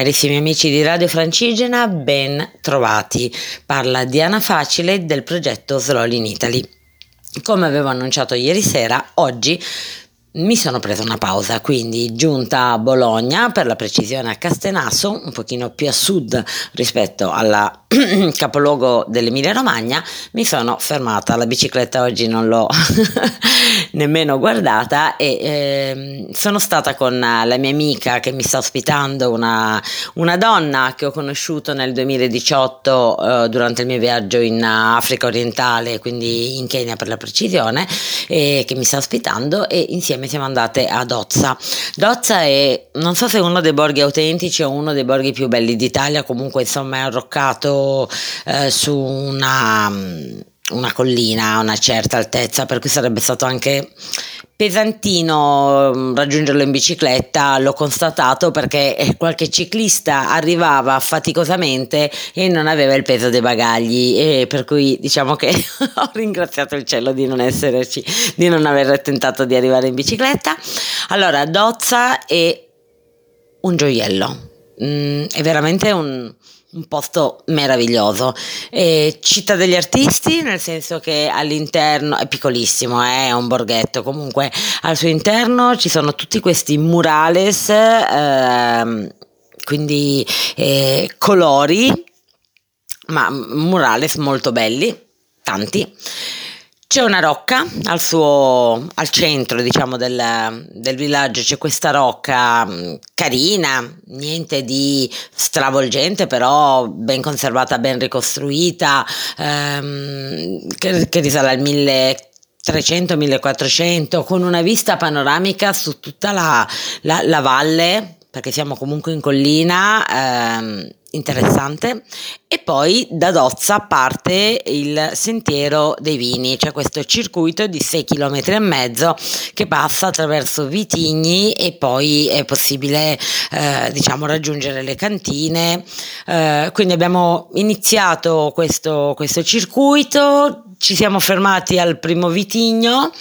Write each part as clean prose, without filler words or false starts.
Carissimi amici di Radio Francigena, ben trovati. Parla Diana Facile del progetto Slowly in Italy. Come avevo annunciato ieri sera, oggi mi sono presa una pausa, quindi giunta a Bologna, per la precisione a Castenasso, un pochino più a sud rispetto alla capoluogo dell'Emilia Romagna. Mi sono fermata, la bicicletta oggi non l'ho nemmeno guardata e sono stata con la mia amica che mi sta ospitando, una donna che ho conosciuto nel 2018 durante il mio viaggio in Africa orientale, quindi in Kenya per la precisione, e che mi sta ospitando, e insieme siamo andate a Dozza. Dozza è, non so se uno dei borghi autentici o uno dei borghi più belli d'Italia, comunque insomma è arroccato su una collina a una certa altezza, per cui sarebbe stato anche pesantino raggiungerlo in bicicletta. L'ho constatato perché qualche ciclista arrivava faticosamente e non aveva il peso dei bagagli, e per cui diciamo che ho ringraziato il cielo di non esserci, di non aver tentato di arrivare in bicicletta. Allora, Dozza è un gioiello, è veramente un posto meraviglioso, città degli artisti, nel senso che all'interno è piccolissimo, è un borghetto, comunque al suo interno ci sono tutti questi murales, quindi colori, ma murales molto belli, tanti. C'è una rocca al centro, diciamo, del villaggio. C'è questa rocca carina, niente di stravolgente, però ben conservata, ben ricostruita, che risale al 1300-1400, con una vista panoramica su tutta la valle, perché siamo comunque in collina, interessante. E poi da Dozza parte il Sentiero dei Vini, cioè questo circuito di 6,5 km che passa attraverso vitigni, e poi è possibile diciamo raggiungere le cantine. Quindi abbiamo iniziato questo circuito, ci siamo fermati al primo vitigno,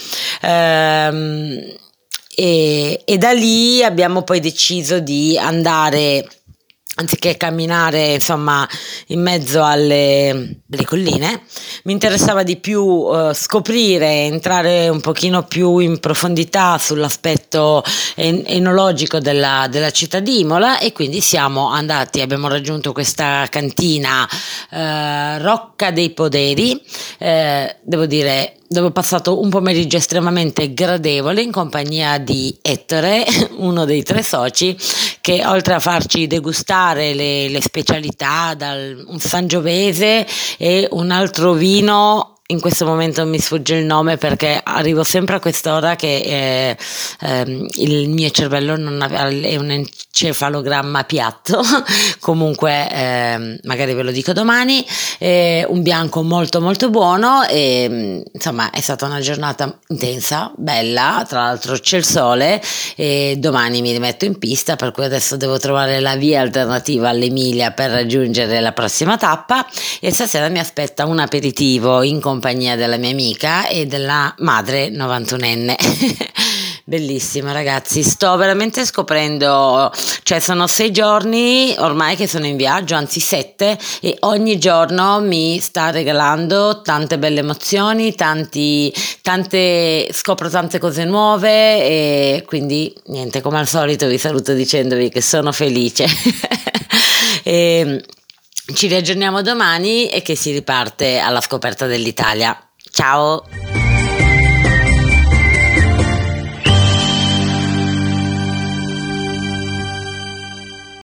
e da lì abbiamo poi deciso di andare, anziché camminare insomma in mezzo alle colline, mi interessava di più scoprire, entrare un pochino più in profondità sull'aspetto enologico della città di Imola, e quindi abbiamo raggiunto questa cantina Rocca dei Poderi, devo dire, dove ho passato un pomeriggio estremamente gradevole in compagnia di Ettore, uno dei 3 soci, che oltre a farci degustare le specialità, un sangiovese e un altro vino, in questo momento mi sfugge il nome perché arrivo sempre a quest'ora che il mio cervello è un encefalogramma piatto. Comunque magari ve lo dico domani. Un bianco molto molto buono, e insomma è stata una giornata intensa, bella, tra l'altro c'è il sole, e domani mi rimetto in pista, per cui adesso devo trovare la via alternativa all'Emilia per raggiungere la prossima tappa, e stasera mi aspetta un aperitivo in compagnia della mia amica e della madre 91enne. Bellissima, ragazzi, sto veramente scoprendo, cioè sono 6 giorni ormai che sono in viaggio, anzi 7, e ogni giorno mi sta regalando tante belle emozioni, scopro tante cose nuove, e quindi niente, come al solito vi saluto dicendovi che sono felice. E ci riaggiorniamo domani e che si riparte alla scoperta dell'Italia. Ciao!